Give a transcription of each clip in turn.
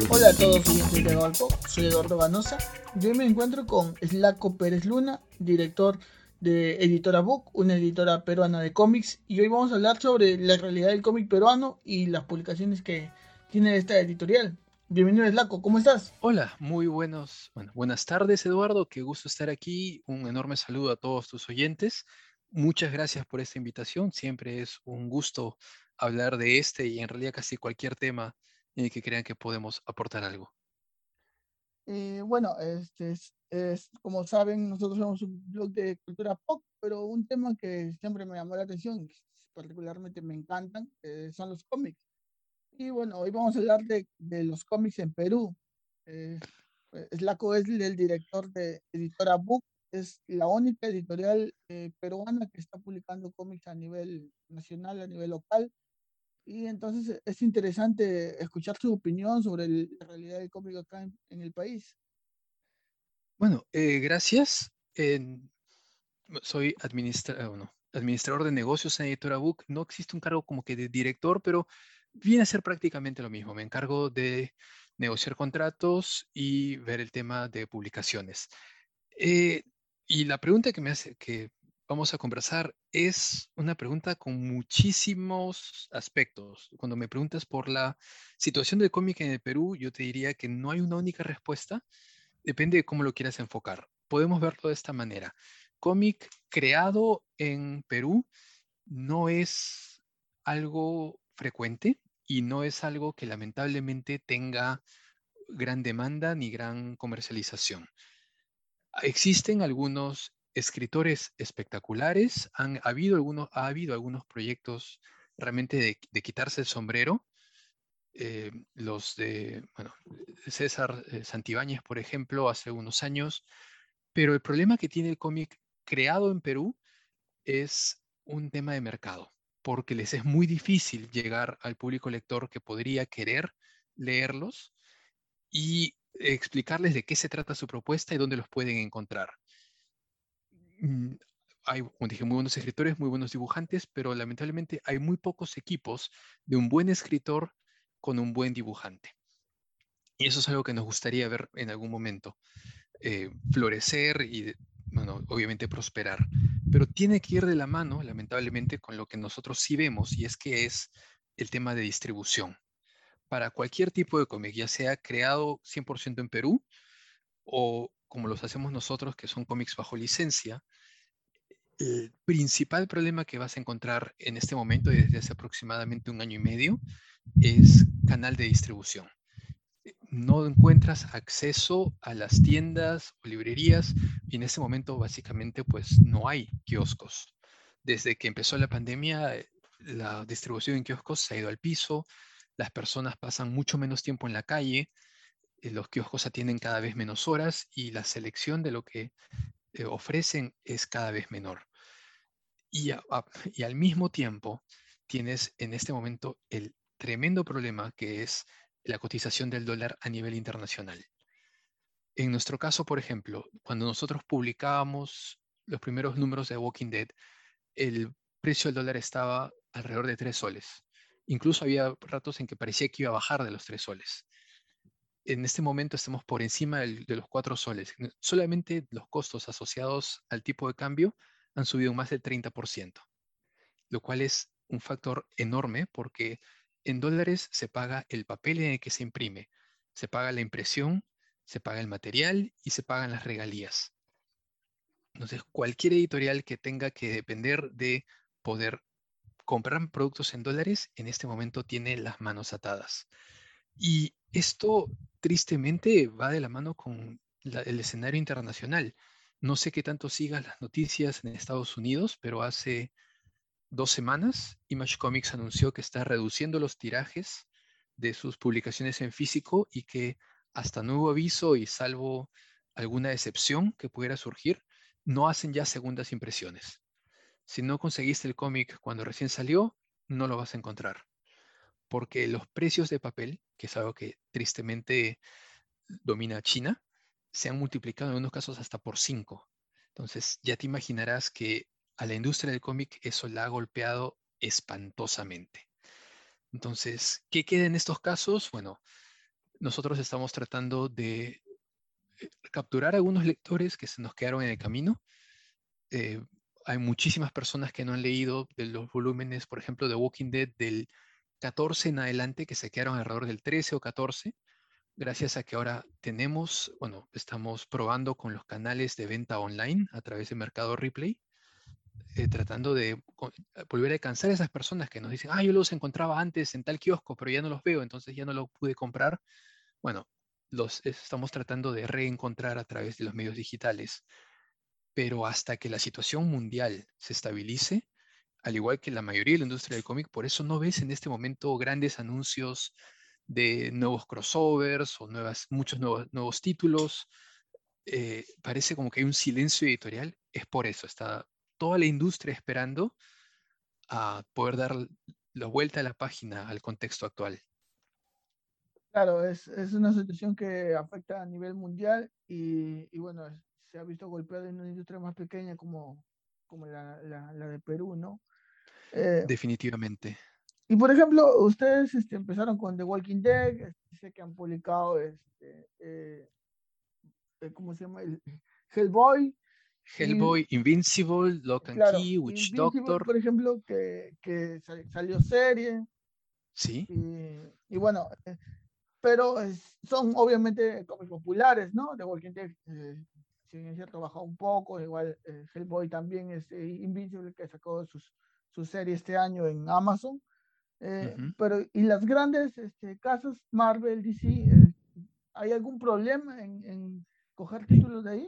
Hola a todos oyentes de Golpo, soy Eduardo Ganosa y hoy me encuentro con Slaco Pérez Luna, director de Editora Book, una editora peruana de cómics, y hoy vamos a hablar sobre la realidad del cómic peruano y las publicaciones que tiene esta editorial. Bienvenido Slaco, ¿cómo estás? Hola, buenas tardes, Eduardo. Qué gusto estar aquí. Un enorme saludo a todos tus oyentes. Muchas gracias por esta invitación. Siempre es un gusto hablar de este y en realidad casi cualquier tema en el que crean que podemos aportar algo. Como saben, nosotros somos un blog de cultura pop, pero un tema que siempre me llamó la atención, particularmente me encantan, son los cómics. Y bueno, hoy vamos a hablar de los cómics en Perú. Eh, Slaco es el director de Editora Book, es la única editorial peruana que está publicando cómics a nivel nacional, a nivel local. Y entonces es interesante escuchar su opinión sobre la realidad del cómic acá en el país. Gracias. Soy administrador de negocios en Editora Book. No existe un cargo como que de director, pero viene a ser prácticamente lo mismo. Me encargo de negociar contratos y ver el tema de publicaciones. Eh, y la pregunta que me hace, que vamos a conversar, es una pregunta con muchísimos aspectos. Cuando me preguntas por la situación del cómic en el Perú, yo te diría que no hay una única respuesta, depende de cómo lo quieras enfocar. Podemos verlo de esta manera. Cómic creado en Perú no es algo frecuente y no es algo que lamentablemente tenga gran demanda ni gran comercialización. Existen algunos escritores espectaculares, ha habido algunos proyectos realmente de quitarse el sombrero. Los de, bueno, César Santibáñez, por ejemplo, hace unos años. Pero el problema que tiene el cómic creado en Perú es un tema de mercado, porque les es muy difícil llegar al público lector que podría querer leerlos y explicarles de qué se trata su propuesta y dónde los pueden encontrar. Mm, Hay, como dije, muy buenos escritores, muy buenos dibujantes, pero lamentablemente hay muy pocos equipos de un buen escritor con un buen dibujante. Y eso es algo que nos gustaría ver en algún momento, florecer y, bueno, obviamente prosperar. Pero tiene que ir de la mano, lamentablemente, con lo que nosotros sí vemos, y es que es el tema de distribución. Para cualquier tipo de cómic, ya sea creado 100% en Perú o como los hacemos nosotros, que son cómics bajo licencia, el principal problema que vas a encontrar en este momento y desde hace aproximadamente un año y medio es canal de distribución. No encuentras acceso a las tiendas o librerías y en este momento básicamente pues no hay kioscos. Desde que empezó la pandemia, la distribución en kioscos se ha ido al piso, las personas pasan mucho menos tiempo en la calle, los kioscos atienden cada vez menos horas y la selección de lo que ofrecen es cada vez menor. Y al mismo tiempo tienes en este momento el tremendo problema que es la cotización del dólar a nivel internacional. En nuestro caso, por ejemplo, cuando nosotros publicábamos los primeros números de Walking Dead, el precio del dólar estaba alrededor de 3 soles. Incluso había ratos en que parecía que iba a bajar de los 3 soles. En este momento estamos por encima de los 4 soles. Solamente los costos asociados al tipo de cambio han subido más del 30%, lo cual es un factor enorme porque en dólares se paga el papel en el que se imprime, se paga la impresión, se paga el material y se pagan las regalías. Entonces, cualquier editorial que tenga que depender de poder comprar productos en dólares, en este momento tiene las manos atadas. Y esto, tristemente, va de la mano con el escenario internacional. No sé qué tanto sigas las noticias en Estados Unidos, pero hace 2 semanas, Image Comics anunció que está reduciendo los tirajes de sus publicaciones en físico y que hasta nuevo aviso y salvo alguna excepción que pudiera surgir, no hacen ya segundas impresiones. Si no conseguiste el cómic cuando recién salió, no lo vas a encontrar, porque los precios de papel, que es algo que tristemente domina China, se han multiplicado en unos casos hasta por 5. Entonces, ya te imaginarás que a la industria del cómic eso la ha golpeado espantosamente. Entonces, ¿qué queda en estos casos? Bueno, nosotros estamos tratando de capturar algunos lectores que se nos quedaron en el camino. Eh, Hay muchísimas personas que no han leído de los volúmenes, por ejemplo, de Walking Dead del 14 en adelante, que se quedaron alrededor del 13 o 14, gracias a que ahora tenemos, bueno, estamos probando con los canales de venta online a través de Mercado Replay, tratando de volver a alcanzar a esas personas que nos dicen, ah, yo los encontraba antes en tal kiosco, pero ya no los veo, entonces ya no los pude comprar. Bueno, los estamos tratando de reencontrar a través de los medios digitales, pero hasta que la situación mundial se estabilice, al igual que la mayoría de la industria del cómic, por eso no ves en este momento grandes anuncios de nuevos crossovers o muchos nuevos títulos. Parece como que hay un silencio editorial. Es por eso, está toda la industria esperando a poder dar la vuelta a la página al contexto actual. Claro, es una situación que afecta a nivel mundial y bueno, se ha visto golpeado en una industria más pequeña como la de Perú, ¿no? Eh, Definitivamente. y por ejemplo, ustedes empezaron con The Walking Dead, sé que han publicado, ¿cómo se llama? El Hellboy y, Hellboy, Invincible, Lock and claro, Key, Witch Invincible, Doctor. por ejemplo, que salió serie Sí. y bueno, pero son obviamente cómics populares, ¿no? The Walking Dead, si bien es cierto, bajó un poco, igual Hellboy también es Invincible, que sacó su serie este año en Amazon. Ujú. Pero, ¿y las grandes casas, Marvel, DC, hay algún problema en coger títulos de ahí?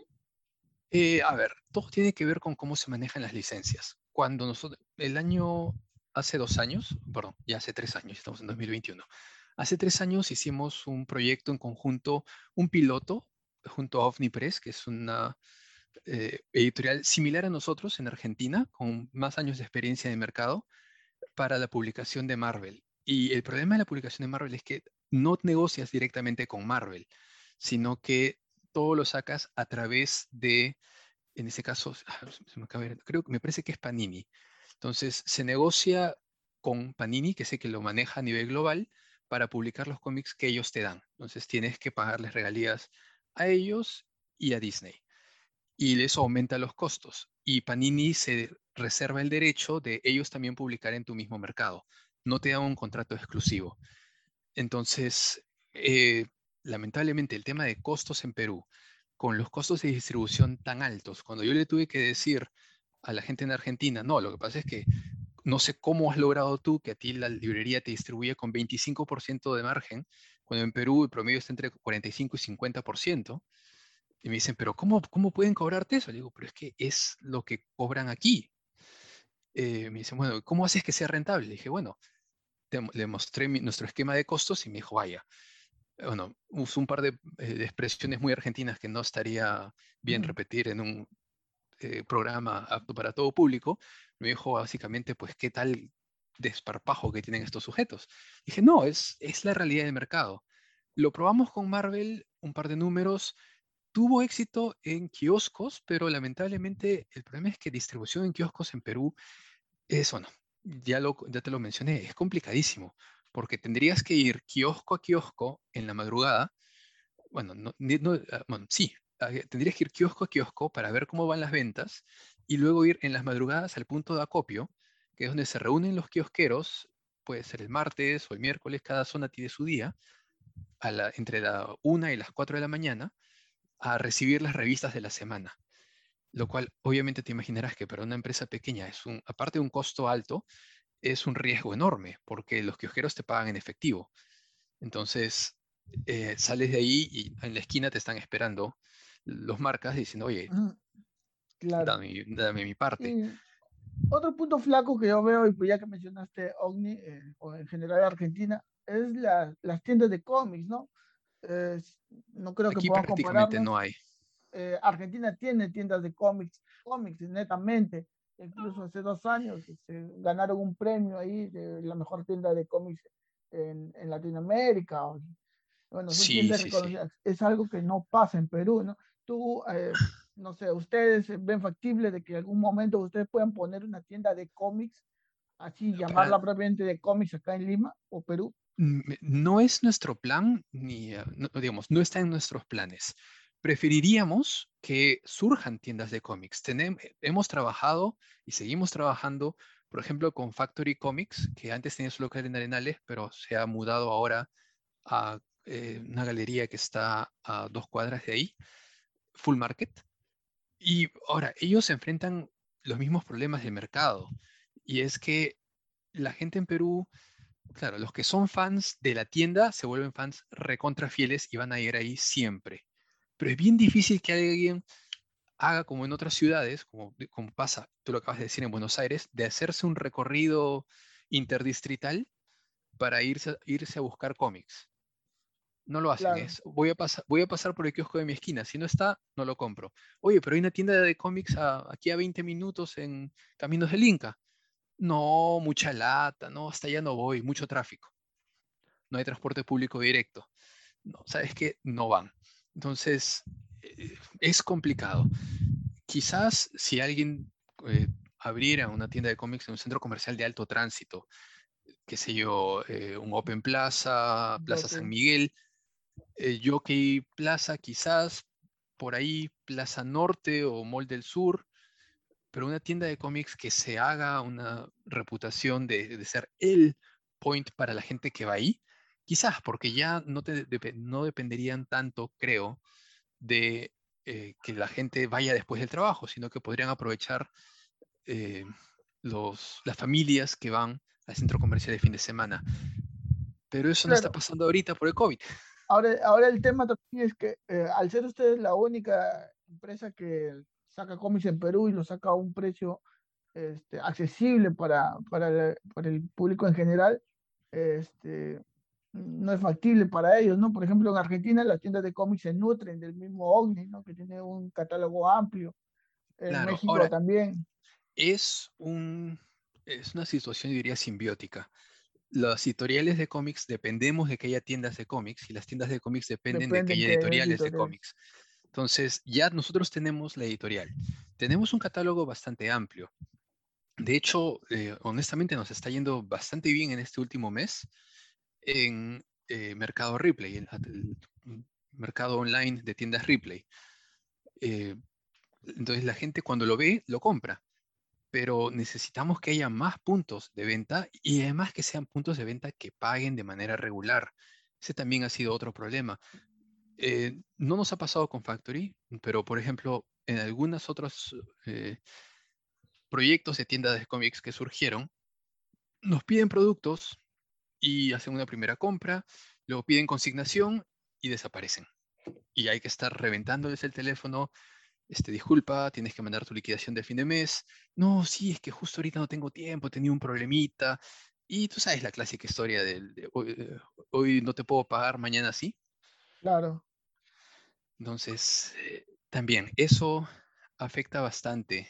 A ver, todo tiene que ver con cómo se manejan las licencias. Cuando nosotros, hace 2 años, perdón, ya hace 3 años, estamos en 2021. Hace 3 años hicimos un proyecto en conjunto, un piloto, junto a Press, que es una editorial similar a nosotros en Argentina, con más años de experiencia de mercado, para la publicación de Marvel. Y el problema de la publicación de Marvel es que no negocias directamente con Marvel, sino que todo lo sacas a través de, en ese caso, se me acaba de creo que me parece que es Panini. Entonces, se negocia con Panini, que sé que lo maneja a nivel global, para publicar los cómics que ellos te dan. Entonces, tienes que pagarles regalías a ellos y a Disney, y eso aumenta los costos. Y Panini se reserva el derecho de ellos también publicar en tu mismo mercado. No te dan un contrato exclusivo. Entonces, lamentablemente, el tema de costos en Perú, con los costos de distribución tan altos, cuando yo le tuve que decir a la gente en Argentina, no, lo que pasa es que no sé cómo has logrado tú que a ti la librería te distribuya con 25% de margen, cuando en Perú el promedio está entre 45 y 50%. Y me dicen, pero ¿cómo pueden cobrarte eso? Le digo, pero es que es lo que cobran aquí. Me dicen, bueno, ¿cómo haces que sea rentable? Le dije, bueno, le mostré nuestro esquema de costos y me dijo, vaya, bueno, usó un par de expresiones muy argentinas que no estaría bien Ujú. repetir en un programa apto para todo público. Me dijo básicamente, pues, ¿qué tal desparpajo que tienen estos sujetos? Dije, no, es la realidad del mercado. Lo probamos con Marvel, un par de números, tuvo éxito en kioscos, pero lamentablemente el problema es que distribución en kioscos en Perú es, bueno, ya te lo mencioné, es complicadísimo, porque tendrías que ir kiosco a kiosco en la madrugada. Bueno, bueno, sí, tendrías que ir kiosco a kiosco para ver cómo van las ventas y luego ir en las madrugadas al punto de acopio, que es donde se reúnen los kiosqueros, puede ser el martes o el miércoles, cada zona tiene su día, entre la 1 y las 4 de la mañana, a recibir las revistas de la semana, lo cual obviamente te imaginarás que para una empresa pequeña aparte de un costo alto, es un riesgo enorme, porque los kiosqueros te pagan en efectivo. Entonces, sales de ahí y en la esquina te están esperando los marcas diciendo, oye, Ujú. Claro. dame mi parte. Y otro punto flaco que yo veo, y pues ya que mencionaste OVNI, o en general Argentina, es las tiendas de cómics, ¿no? No creo que Aquí podamos prácticamente compararlas. no hay. Argentina tiene tiendas de cómics netamente. Incluso hace 2 años ganaron un premio ahí de la mejor tienda de cómics en Latinoamérica. Bueno, son Sí, tiendas sí, sí. reconocidas. Es algo que no pasa en Perú, ¿no? Tú, no sé, ustedes ven factible de que en algún momento ustedes puedan poner una tienda de cómics, así Para, llamarla propiamente de cómics acá en Lima o Perú. No es nuestro plan, ni, digamos, no está en nuestros planes. Preferiríamos que surjan tiendas de cómics. Hemos trabajado y seguimos trabajando, por ejemplo, con Factory Comics, que antes tenía su local en Arenales, pero se ha mudado ahora a una galería que está a 2 cuadras de ahí, Full Market. Y ahora, ellos se enfrentan los mismos problemas del mercado. Y es que la gente en Perú, claro, los que son fans de la tienda se vuelven fans recontra fieles y van a ir ahí siempre. Pero es bien difícil que alguien haga como en otras ciudades, como pasa, tú lo acabas de decir en Buenos Aires, de hacerse un recorrido interdistrital para irse a buscar cómics. No lo hacen, Claro. es voy a pasar por el kiosco de mi esquina, si no está, no lo compro. Oye, pero hay una tienda de cómics aquí a 20 minutos en Caminos del Inca. No, mucha lata, no, hasta allá no voy, mucho tráfico, no hay transporte público directo. No, ¿sabes qué? No van. Entonces, es complicado. Quizás si alguien abriera una tienda de cómics en un centro comercial de alto tránsito, qué sé yo, un Open Plaza, Plaza San Dope. Miguel, Jockey Plaza, quizás por ahí Plaza Norte o Mall del Sur, pero una tienda de cómics que se haga una reputación de ser el point para la gente que va ahí, quizás porque ya no dependerían tanto, creo, de que la gente vaya después del trabajo, sino que podrían aprovechar eh, las familias que van al centro comercial de fin de semana. Pero eso no está Claro. pasando ahorita por el COVID. Ahora el tema también es que al ser ustedes la única empresa que saca cómics en Perú y lo saca a un precio accesible para el público en general, este, no es factible para ellos, ¿no? Por ejemplo, en Argentina las tiendas de cómics se nutren del mismo OVNI, ¿no? Que tiene un catálogo amplio. En Claro, México ahora también es es una situación, yo diría, simbiótica. Los editoriales de cómics dependemos de que haya tiendas de cómics y las tiendas de cómics dependen de que dependen haya que editoriales de editoriales. cómics. Entonces, ya nosotros tenemos la editorial. Tenemos un catálogo bastante amplio. De hecho, honestamente nos está yendo bastante bien en este último mes en Mercado Ripley, el mercado online de tiendas Ripley. Eh, entonces la gente cuando lo ve, lo compra, pero necesitamos que haya más puntos de venta y además que sean puntos de venta que paguen de manera regular. Ese también ha sido otro problema. No nos ha pasado con Factory, pero por ejemplo, en algunos otros proyectos de tiendas de cómics que surgieron, nos piden productos y hacen una primera compra, luego piden consignación y desaparecen. Y hay que estar reventándoles el teléfono. Disculpa, tienes que mandar tu liquidación de fin de mes. No, sí, es que justo ahorita no tengo tiempo, tenía un problemita. Y tú sabes la clásica historia de hoy no te puedo pagar, mañana sí. Claro. Entonces, también eso afecta bastante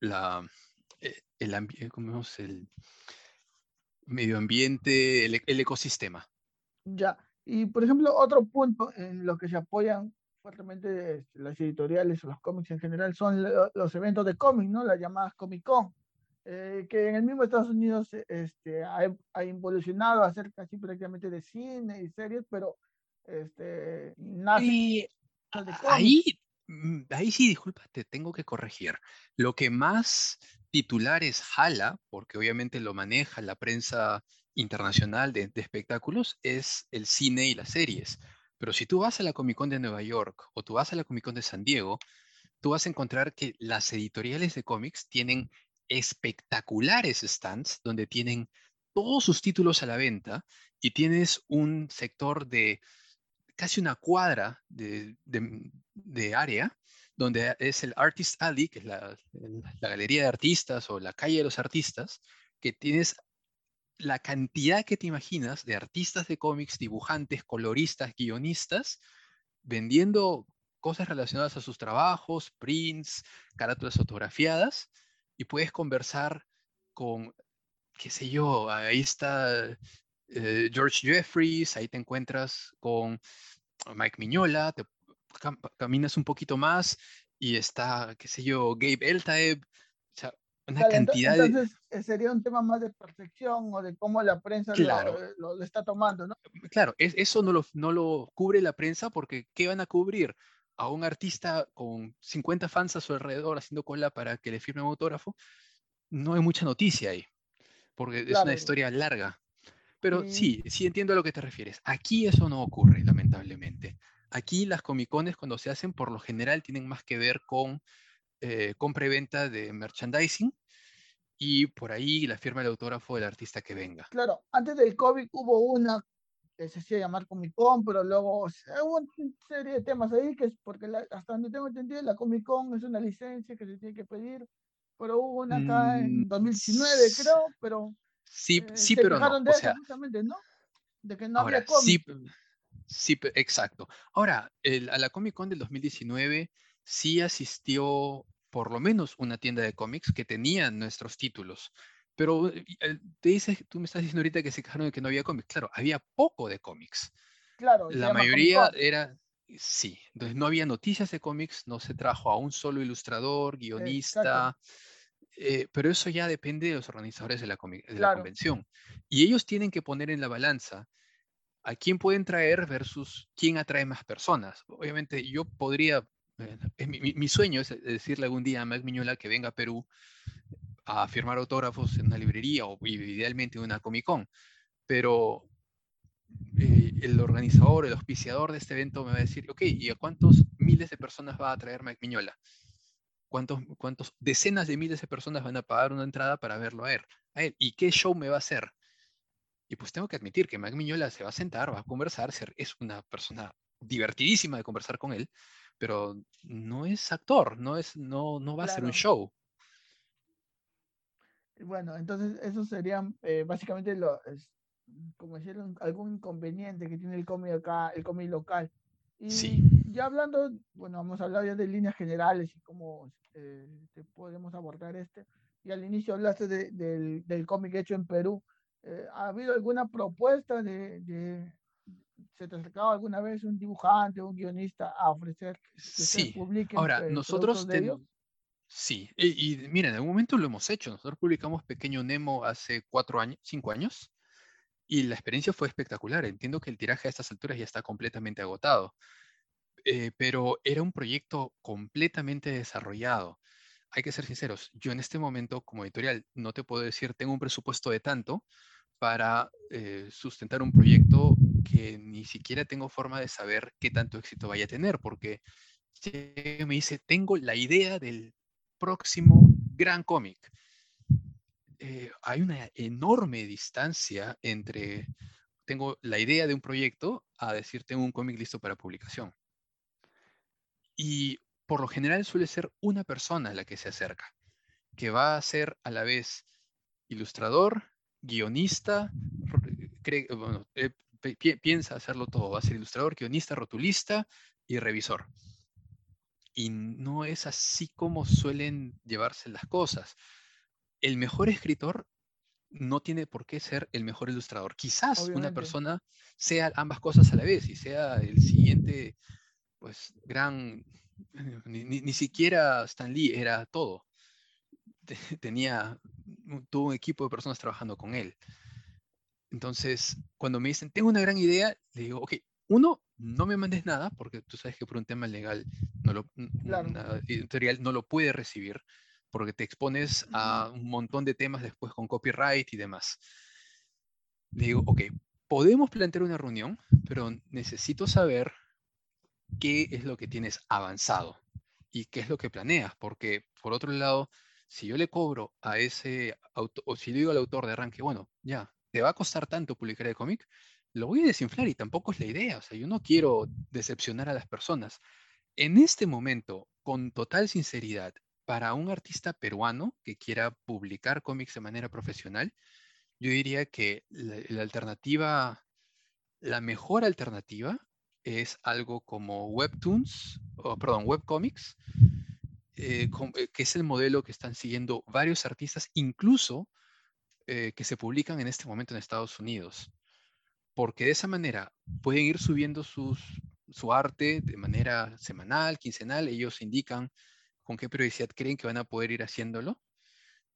¿cómo es? El medio ambiente, el ecosistema. Ya. Y por ejemplo, otro punto en lo que se apoyan fuertemente las editoriales o los cómics en general son los eventos de cómics, ¿no? Las llamadas Comic Con, que en el mismo Estados Unidos ha evolucionado a ser casi prácticamente de cine y series, pero nace Y de ahí, cómics. ahí sí, disculpa, te tengo que corregir. Lo que más titulares jala, porque obviamente lo maneja la prensa internacional de espectáculos, es el cine y las series. Pero si tú vas a la Comic Con de Nueva York o tú vas a la Comic Con de San Diego, tú vas a encontrar que las editoriales de cómics tienen espectaculares stands donde tienen todos sus títulos a la venta y tienes un sector de casi una cuadra de área, donde es el Artist Alley, que es la galería de artistas o la calle de los artistas, que tienes la cantidad que te imaginas de artistas de cómics, dibujantes, coloristas, guionistas, vendiendo cosas relacionadas a sus trabajos, prints, carátulas autografiadas, y puedes conversar con, qué sé yo, ahí está George Jeffries, ahí te encuentras con Mike Miñola, caminas un poquito más y está, qué sé yo, Gabe Eltaeb. O sea, una Claro, cantidad de... entonces sería un tema más de percepción o de cómo la prensa Claro, lo está tomando, ¿no? claro, eso no lo cubre la prensa porque ¿qué van a cubrir? A un artista con 50 fans a su alrededor haciendo cola para que le firme un autógrafo. No hay mucha noticia ahí, porque es una Claro, historia larga. Pero y sí, sí entiendo a lo que te refieres. Aquí eso no ocurre, lamentablemente. Aquí las comicones cuando se hacen, por lo general, tienen más que ver con compra y venta de merchandising y por ahí la firma del autógrafo del artista que venga. claro, antes del COVID hubo una que se hacía llamar Comic Con, pero luego hubo una serie de temas ahí que es porque hasta donde tengo entendido la Comic Con es una licencia que se tiene que pedir, pero hubo una acá Mm, en 2019 s- creo, pero sí, sí, se pero no. quejaron O de eso sea, justamente, ¿no? De que no había ahora, sí, cómics. sí, exacto. Ahora, a la Comic Con del 2019 sí asistió por lo menos una tienda de cómics que tenía nuestros títulos. Pero tú me estás diciendo ahorita que se quejaron de que no había cómics. Claro, había poco de cómics. Claro, y se La llama Comic mayoría Con. era, sí, entonces no había noticias de cómics, no se trajo a un solo ilustrador, Exacto, guionista, pero eso ya depende de los organizadores de de la claro, convención. Y ellos tienen que poner en la balanza a quién pueden traer versus quién atrae más personas. Obviamente yo podría, mi sueño es decirle algún día a Mac Miñola que venga a Perú a firmar autógrafos en una librería o idealmente en una Comic Con, pero el organizador, el auspiciador de este evento me va a decir, ok, ¿y a cuántos miles de personas va a traer Mac Miñola? ¿Cuántos decenas de miles de personas van a pagar una entrada para verlo a él? ¿Y qué show me va a hacer? Y pues tengo que admitir que Mac Miñola se va a sentar, va a conversar, es una persona divertidísima de conversar con él, pero no es actor, no va a ser un claro. show. Y bueno, entonces eso sería básicamente como decir, algún inconveniente que tiene el cómic acá, el cómic local. Sí, Y ya hablando, bueno, hemos hablado ya de líneas generales y cómo podemos abordar este. Y al inicio hablaste del cómic hecho en Perú. ¿Ha habido alguna propuesta se te ha acercado alguna vez un dibujante, un guionista a ofrecer que ustedes sí. publiquen Ahora, productos de ellos? sí, y mira, en algún momento lo hemos hecho. Nosotros publicamos Pequeño Nemo hace 4 años, 5 años, y la experiencia fue espectacular. Entiendo que el tiraje a estas alturas ya está completamente agotado, pero era un proyecto completamente desarrollado. Hay que ser sinceros, yo en este momento como editorial no te puedo decir, tengo un presupuesto de tanto para sustentar un proyecto que ni siquiera tengo forma de saber qué tanto éxito vaya a tener, porque si me dice, tengo la idea del próximo gran cómic. Hay una enorme distancia entre tengo la idea de un proyecto a decir tengo un cómic listo para publicación. Y por lo general suele ser una persona la que se acerca, que va a ser a la vez ilustrador, guionista, bueno, piensa hacerlo todo, va a ser ilustrador, guionista, rotulista y revisor. Y no es así como suelen llevarse las cosas. El mejor escritor no tiene por qué ser el mejor ilustrador. Quizás una Obviamente. persona sea ambas cosas a la vez y sea el siguiente, pues, gran... Ni siquiera Stan Lee era todo. Tuvo un equipo de personas trabajando con él. Entonces, cuando me dicen, tengo una gran idea, le digo, ok, uno, no me mandes nada, porque tú sabes que por un tema legal Claro. una editorial no lo puede recibir, porque te expones a un montón de temas después con copyright y demás. Le digo, ok, podemos plantear una reunión, pero necesito saber qué es lo que tienes avanzado y qué es lo que planeas, porque por otro lado, si yo le cobro a ese autor, o si le digo al autor de arranque, bueno, ya, te va a costar tanto publicar el cómic, lo voy a desinflar y tampoco es la idea, o sea, yo no quiero decepcionar a las personas. En este momento, con total sinceridad, para un artista peruano que quiera publicar cómics de manera profesional, yo diría que la alternativa, la mejor alternativa es algo como Webtoons, o perdón, Webcomics, que es el modelo que están siguiendo varios artistas, incluso que se publican en este momento en Estados Unidos, porque de esa manera pueden ir subiendo su arte de manera semanal, quincenal, ellos indican con qué periodicidad creen que van a poder ir haciéndolo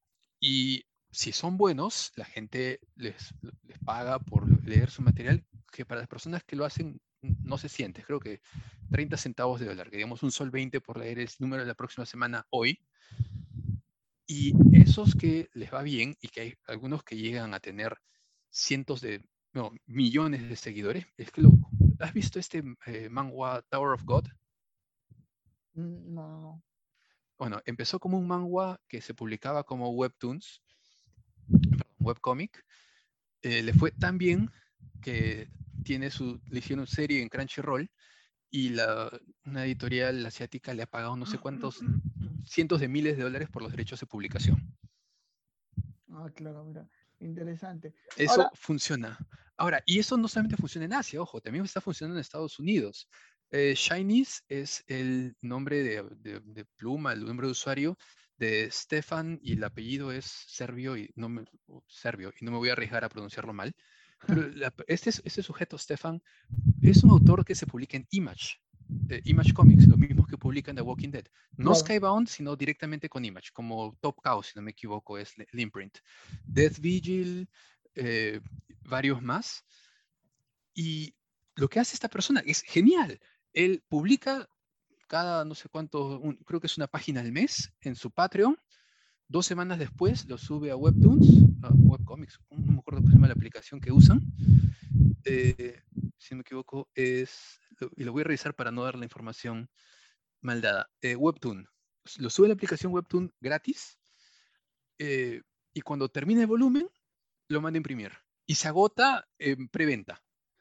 Y si son buenos, la gente les paga por leer su material, que para las personas que lo hacen no se siente. Creo que 30 centavos de dólar, que digamos un sol 20 por leer el número de la próxima semana hoy. Y esos que les va bien y que hay algunos que llegan a tener cientos de, no, millones de seguidores, es que loco. ¿Has visto este manhwa Tower of God? No, no, no. Bueno, empezó como un manhwa que se publicaba como webtoons, webcomic. Le fue tan bien que le hicieron serie en Crunchyroll y una editorial asiática le ha pagado no sé cuántos cientos de miles de dólares por los derechos de publicación. Ah, claro, mira, interesante. Eso Ahora, funciona. Ahora, y eso no solamente funciona en Asia, ojo, también está funcionando en Estados Unidos. Chinese es el nombre de pluma, el nombre de usuario de Stefan y el apellido es serbio y no me voy a arriesgar a pronunciarlo mal. Pero este sujeto, Stefan, es un autor que se publica en Image, Image Comics, los mismos que publican The Walking Dead. No claro. Skybound, sino directamente con Image, como Top Cow, si no me equivoco, es el imprint. Death Vigil, eh, varios más. Y lo que hace esta persona es genial. Él publica cada no sé cuánto, creo que es una página al mes en su Patreon. 2 semanas después lo sube a Webtoons, a Webcomics, no me acuerdo cómo se llama la aplicación que usan. Si no me equivoco, y lo voy a revisar para no dar la información mal dada. Webtoon. Lo sube a la aplicación Webtoon gratis y cuando termina el volumen, lo manda a imprimir. Y se agota en preventa.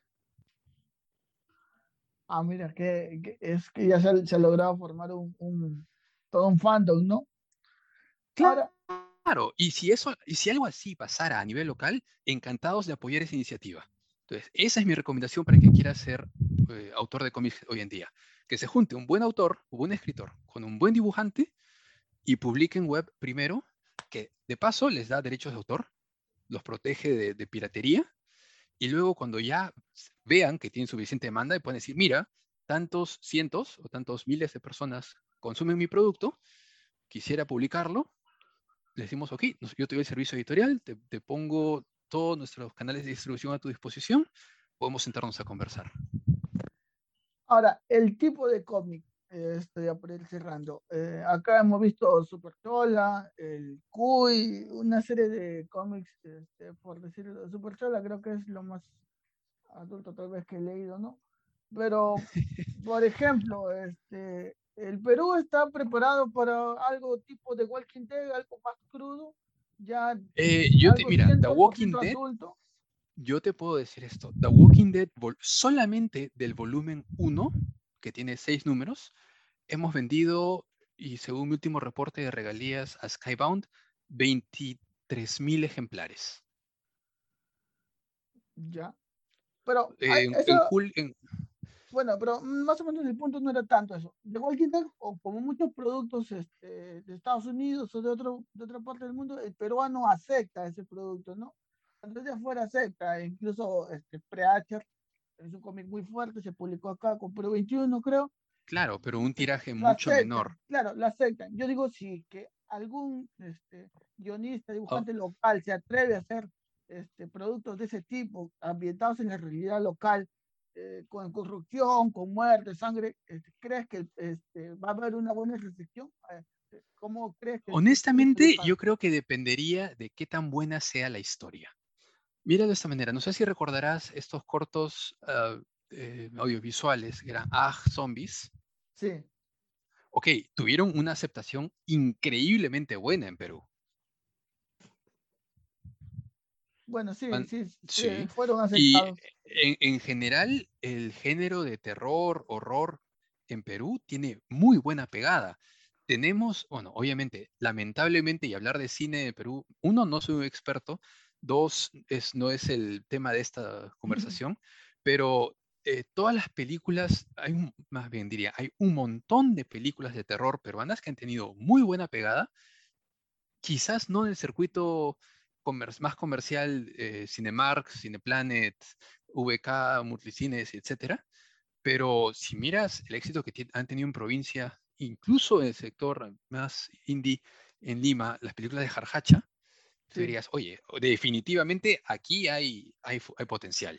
Ah, mira, que es que ya se ha logrado formar todo un fandom, ¿no? Ahora, Claro, y si algo así pasara a nivel local, encantados de apoyar esa iniciativa. Entonces, esa es mi recomendación para quien quiera ser autor de cómics hoy en día. Que se junte un buen autor, un buen escritor, con un buen dibujante y publiquen web primero, que de paso les da derechos de autor, los protege de piratería, y luego cuando ya vean que tienen suficiente demanda, pueden decir, mira, tantos cientos o tantos miles de personas consumen mi producto, quisiera publicarlo, le decimos, ok, yo te doy el servicio editorial, te pongo todos nuestros canales de distribución a tu disposición, podemos sentarnos a conversar. ahora, el tipo de cómic, estoy a por ir cerrando. Acá hemos visto Super Chola, el Cuy, una serie de cómics, por decirlo, Super Chola creo que es lo más adulto tal vez que he leído, ¿no? Pero, por ejemplo, el Perú está preparado para algo tipo de Walking Dead, algo más crudo, ya algo Mira, The Walking 100% Dead, adulto. yo te puedo decir esto, The Walking Dead, solamente del volumen 1, que tiene 6 números, hemos vendido, y según mi último reporte de regalías a Skybound, 23,000 ejemplares. Ya. Pero En, eso, en, jul- en- bueno, pero más o menos el punto no era tanto eso. The Walking Dead, o como muchos productos de Estados Unidos o de otra parte del mundo, el peruano acepta ese producto, ¿no? Entonces afuera acepta, incluso Preacher es un cómic muy fuerte, se publicó acá con Perú 21, creo. claro, pero un tiraje Lo mucho aceptan, menor. claro, lo aceptan. Yo digo, si que algún guionista, Oh, dibujante local se atreve a hacer productos de ese tipo, ambientados en la realidad local, con corrupción, con muerte, sangre, ¿crees que va a haber una buena recepción? ¿Cómo crees que el público honestamente, local? yo creo que dependería de qué tan buena sea la historia. Mira de esta manera, no sé si recordarás estos cortos audiovisuales que eran Zombies. Sí, Ok, tuvieron una aceptación increíblemente buena en Perú. bueno, sí, An- sí, Sí, fueron y aceptados. en general el género de terror, horror en Perú tiene muy buena pegada. Tenemos, bueno, obviamente, lamentablemente, y hablar de cine de Perú, uno, no soy un experto, dos, no es el tema de esta conversación, pero todas las películas, más bien diría, hay un montón de películas de terror peruanas que han tenido muy buena pegada, quizás no en el circuito más comercial, Cinemark, Cineplanet, VK, Multicines, etcétera, pero si miras el éxito que han tenido en provincia, incluso en el sector más indie en Lima, las películas de Jarjacha, tú Sí. dirías, oye, definitivamente aquí hay potencial.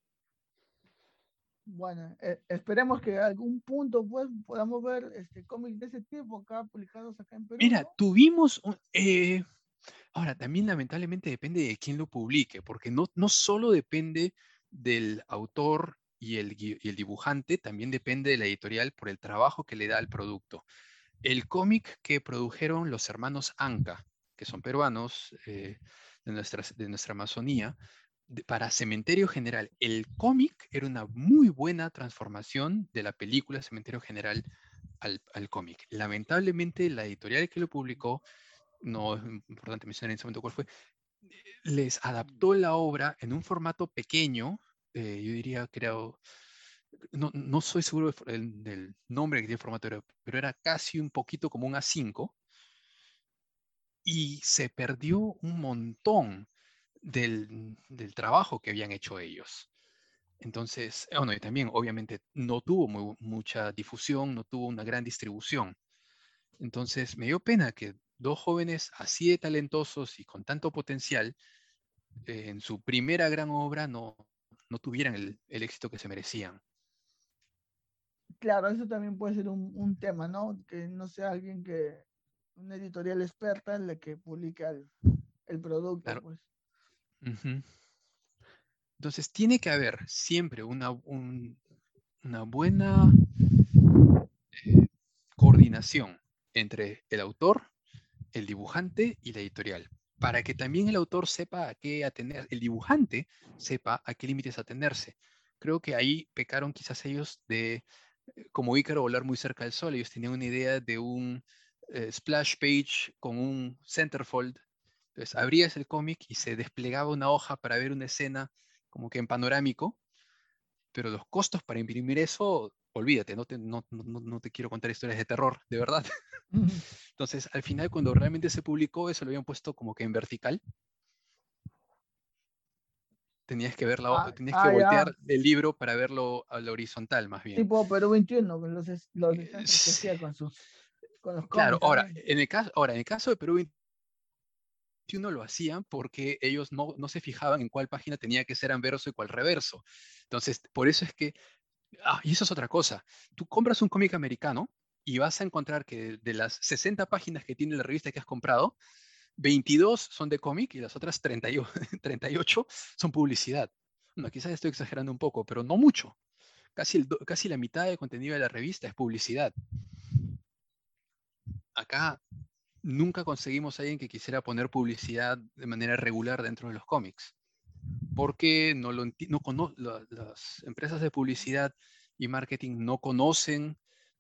Bueno, esperemos que algún punto pues podamos ver cómics de ese tipo acá publicados acá en Perú, Mira, ¿no? tuvimos, ahora también lamentablemente depende de quién lo publique, porque no solo depende del autor y el dibujante, también depende de la editorial por el trabajo que le da al producto. El cómic que produjeron los hermanos Anca, que son peruanos de nuestra Amazonía, para Cementerio General, el cómic era una muy buena transformación de la película Cementerio General al cómic. Lamentablemente, la editorial que lo publicó, no es importante mencionar en ese momento cuál fue, les adaptó la obra en un formato pequeño, yo diría que era, no soy seguro del nombre que tiene el formato, pero era casi un poquito como un A5, y se perdió un montón del trabajo que habían hecho ellos. Entonces, bueno, y también obviamente no tuvo mucha difusión, no tuvo una gran distribución. Entonces, me dio pena que dos jóvenes así de talentosos y con tanto potencial, en su primera gran obra no tuvieran el éxito que se merecían. Claro, eso también puede ser un tema, ¿no? Que no sea alguien una editorial experta en la que publique el producto, Claro. pues. Ujú. Entonces, tiene que haber siempre una buena coordinación entre el autor, el dibujante y la editorial, para que también el autor sepa a qué atender, el dibujante sepa a qué límites atenerse. Creo que ahí pecaron quizás ellos de, como Ícaro, volar muy cerca del sol. Ellos tenían una idea de un splash page con un centerfold. Entonces abrías el cómic y se desplegaba una hoja para ver una escena como que en panorámico, pero los costos para imprimir eso, olvídate, no te quiero contar historias de terror, de verdad. Entonces, al final, cuando realmente se publicó, eso lo habían puesto como que en vertical. Tenías que Ya, voltear el libro para verlo a la horizontal, más bien. tipo Perú 21, con los ejemplos que Sí, hacía con los claro, cómics también. ahora, en el caso de Perú 21 lo hacían porque ellos no se fijaban en cuál página tenía que ser anverso y cuál reverso. Entonces, por eso es que, y eso es otra cosa. Tú compras un cómic americano y vas a encontrar que de las 60 páginas que tiene la revista que has comprado, 22 son de cómic y las otras 38 son publicidad. Bueno, quizás estoy exagerando un poco, pero no mucho. Casi la mitad del contenido de la revista es publicidad. Acá nunca conseguimos a alguien que quisiera poner publicidad de manera regular dentro de los cómics, porque las empresas de publicidad y marketing no conocen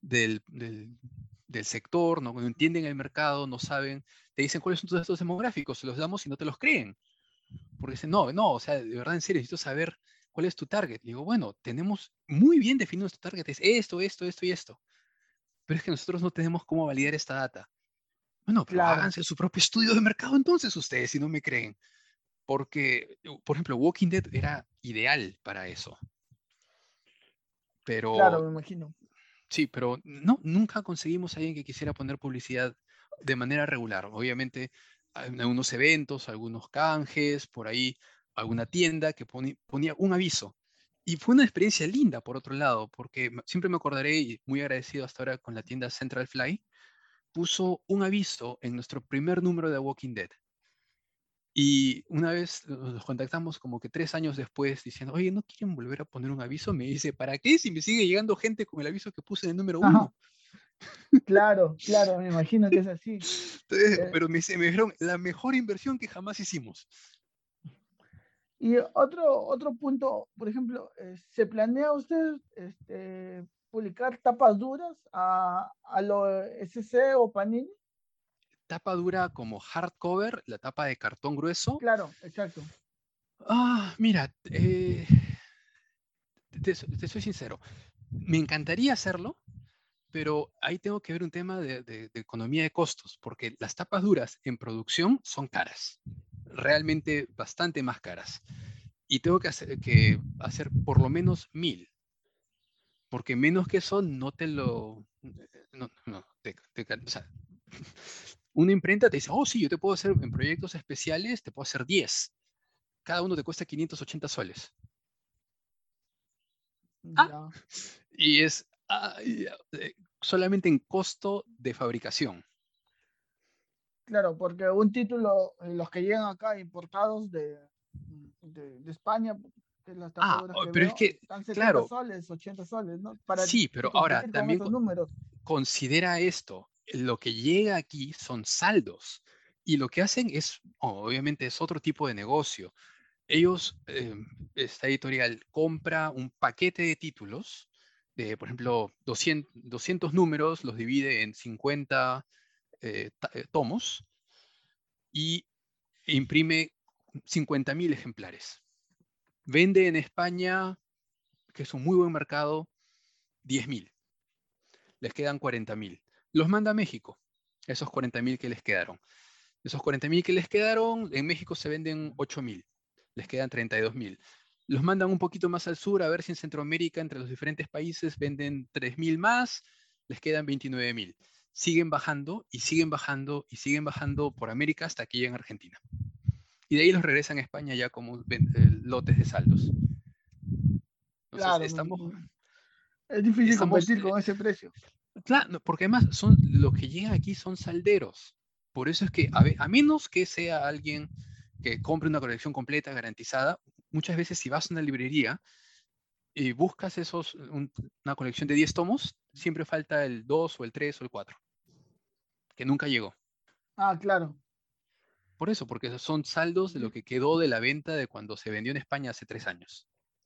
del sector, no entienden el mercado, no saben, te dicen cuáles son tus datos demográficos, se los damos y no te los creen. Porque dicen, no, o sea, de verdad, en serio, necesito saber cuál es tu target. Digo, bueno, tenemos muy bien definido nuestro target, es esto y esto. Pero es que nosotros no tenemos cómo validar esta data. Bueno, pero Claro, háganse su propio estudio de mercado entonces ustedes, si no me creen. Porque, por ejemplo, Walking Dead era ideal para eso. claro, Pero, me imagino. sí, pero no, nunca conseguimos a alguien que quisiera poner publicidad de manera regular. Obviamente, en algunos eventos, algunos canjes, por ahí, alguna tienda que ponía un aviso. Y fue una experiencia linda, por otro lado, porque siempre me acordaré, y muy agradecido hasta ahora con la tienda Central Fly, puso un aviso en nuestro primer número de Walking Dead. Y una vez nos contactamos como que 3 años después diciendo, oye, ¿no quieren volver a poner un aviso? Me dice, ¿para qué si me sigue llegando gente con el aviso que puse en el número Ajá, 1? claro, claro, me imagino que es así. Entonces, Eh, pero me dijeron, la mejor inversión que jamás hicimos. y otro punto, por ejemplo, ¿se planea usted publicar tapas duras a lo SC o Panini? Tapa dura como hardcover, la tapa de cartón grueso. Claro, exacto. Mira, te soy sincero, me encantaría hacerlo, pero ahí tengo que ver un tema de economía de costos, porque las tapas duras en producción son caras, realmente bastante más caras. Y tengo que hacer por lo menos 1000, porque menos que eso no te lo... No, no, o sea, Una imprenta te dice, oh, sí, yo te puedo hacer en proyectos especiales, te puedo hacer 10. Cada uno te cuesta 580 soles. Ah, Ya. y es solamente en costo de fabricación. Claro, porque un título, los que llegan acá importados de España, que es las tapaduras que Pero es veo, que, están 70 claro, soles, 80 soles, ¿no? Para sí, pero ahora competir con también esos números. considera esto, lo que llega aquí son saldos y lo que hacen es, obviamente es otro tipo de negocio. Ellos, esta editorial compra un paquete de títulos, de, por ejemplo, 200 números, los divide en 50 tomos y imprime 50.000 ejemplares. Vende en España, que es un muy buen mercado, 10.000. Les quedan 40.000. Los manda a México, esos 40.000 que les quedaron. Esos 40.000 que les quedaron, en México se venden 8.000, les quedan 32.000. Los mandan un poquito más al sur, a ver si en Centroamérica, entre los diferentes países, venden 3.000 más, les quedan 29.000. Siguen bajando y siguen bajando y siguen bajando por América hasta que llegan a Argentina. Y de ahí los regresan a España ya como lotes de saldos. Entonces, Claro, es difícil estamos competir con ese precio. claro, no, porque además los que llegan aquí son salderos. Por eso es que, a menos que sea alguien que compre una colección completa, garantizada, muchas veces si vas a una librería y buscas una colección de 10 tomos, siempre falta el 2 o el 3 o el 4 que nunca llegó. Ah, claro. Por eso, porque son saldos de lo que quedó de la venta de cuando se vendió en España hace 3 años.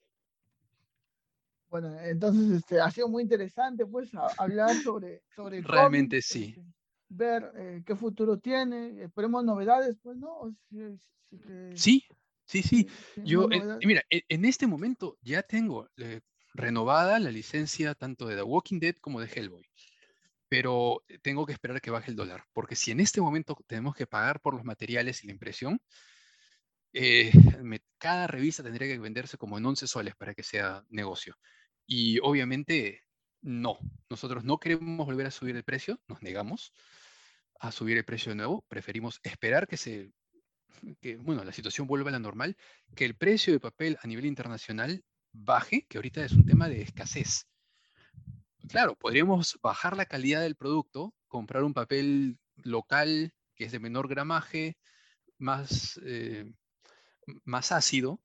Bueno, entonces ha sido muy interesante pues hablar sobre cómics, Realmente sí. ver qué futuro tiene, esperemos novedades, pues, ¿no? Sí, sí, sí. Sí, Yo, más novedades. mira, en este momento ya tengo renovada la licencia tanto de The Walking Dead como de Hellboy, pero tengo que esperar a que baje el dólar, porque si en este momento tenemos que pagar por los materiales y la impresión, eh, cada revista tendría que venderse como en 11 soles para que sea negocio. Y obviamente no, nosotros no queremos volver a subir el precio, nos negamos a subir el precio de nuevo, preferimos esperar que, bueno, la situación vuelva a la normal, que el precio de papel a nivel internacional baje, que ahorita es un tema de escasez. Claro, podríamos bajar la calidad del producto, comprar un papel local que es de menor gramaje, más, más ácido,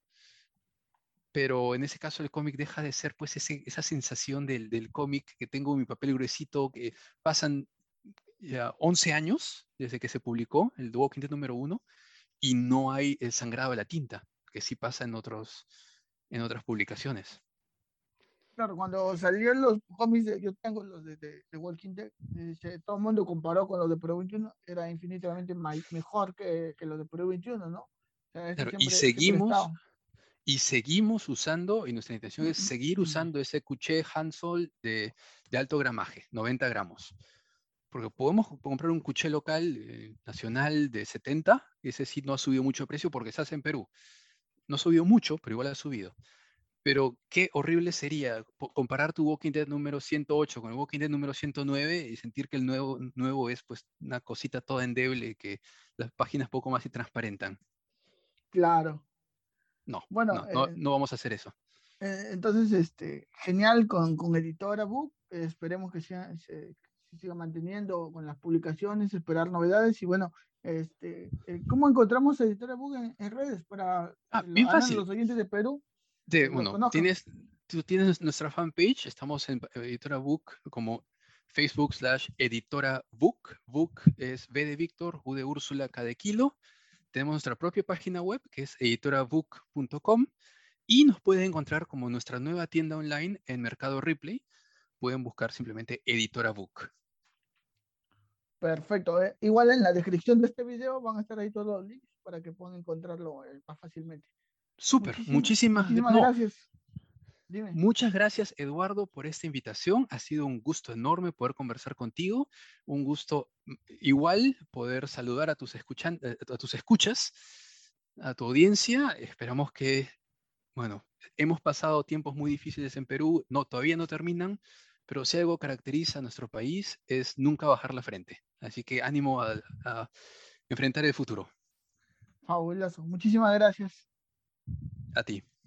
pero en ese caso el cómic deja de ser pues esa sensación del cómic que tengo en mi papel gruesito, que pasan ya 11 años desde que se publicó el The Walking Dead número 1 y no hay el sangrado de la tinta, que sí pasa en otras publicaciones. Claro, cuando salieron los cómics, yo tengo los de Walking Dead, todo el mundo comparó con los de Pro 21, era infinitamente mejor que los de Pro 21, ¿no? O sea, ese Claro, siempre estaba. y seguimos usando, y nuestra intención es seguir usando ese cuché Hansol de alto gramaje, 90 gramos. Porque podemos comprar un cuché local, nacional de 70, y ese sí no ha subido mucho de precio porque se hace en Perú. No ha subido mucho, pero igual ha subido. Pero qué horrible sería comparar tu Walking Dead número 108 con el Walking Dead número 109 y sentir que el nuevo es pues una cosita toda endeble que las páginas poco más se transparentan. Claro. No, Bueno, no, no, no vamos a hacer eso. entonces, genial con Editora Book. Esperemos que se siga manteniendo con las publicaciones, esperar novedades. Y bueno, ¿cómo encontramos Editora Book en redes para Bien al menos fácil. los oyentes de Perú lo Bueno, conozcan? tú tienes nuestra fanpage, estamos en Editora Book como Facebook/Editora Book. Book es B de Víctor, U de Úrsula, K de Kilo. Tenemos nuestra propia página web que es editorabook.com y nos pueden encontrar como nuestra nueva tienda online en Mercado Ripley. Pueden buscar simplemente Editora Book. Perfecto. Igual en la descripción de este video van a estar ahí todos los links para que puedan encontrarlo más fácilmente. Súper, Muchísimas no, gracias. Dime. muchas gracias, Eduardo, por esta invitación. Ha sido un gusto enorme poder conversar contigo. Un gusto igual poder saludar a a tus escuchas, a tu audiencia. Esperamos que, bueno, hemos pasado tiempos muy difíciles en Perú. No, todavía no terminan, pero si algo caracteriza a nuestro país es nunca bajar la frente. Así que ánimo a enfrentar el futuro. Fabuloso. Muchísimas gracias. A ti.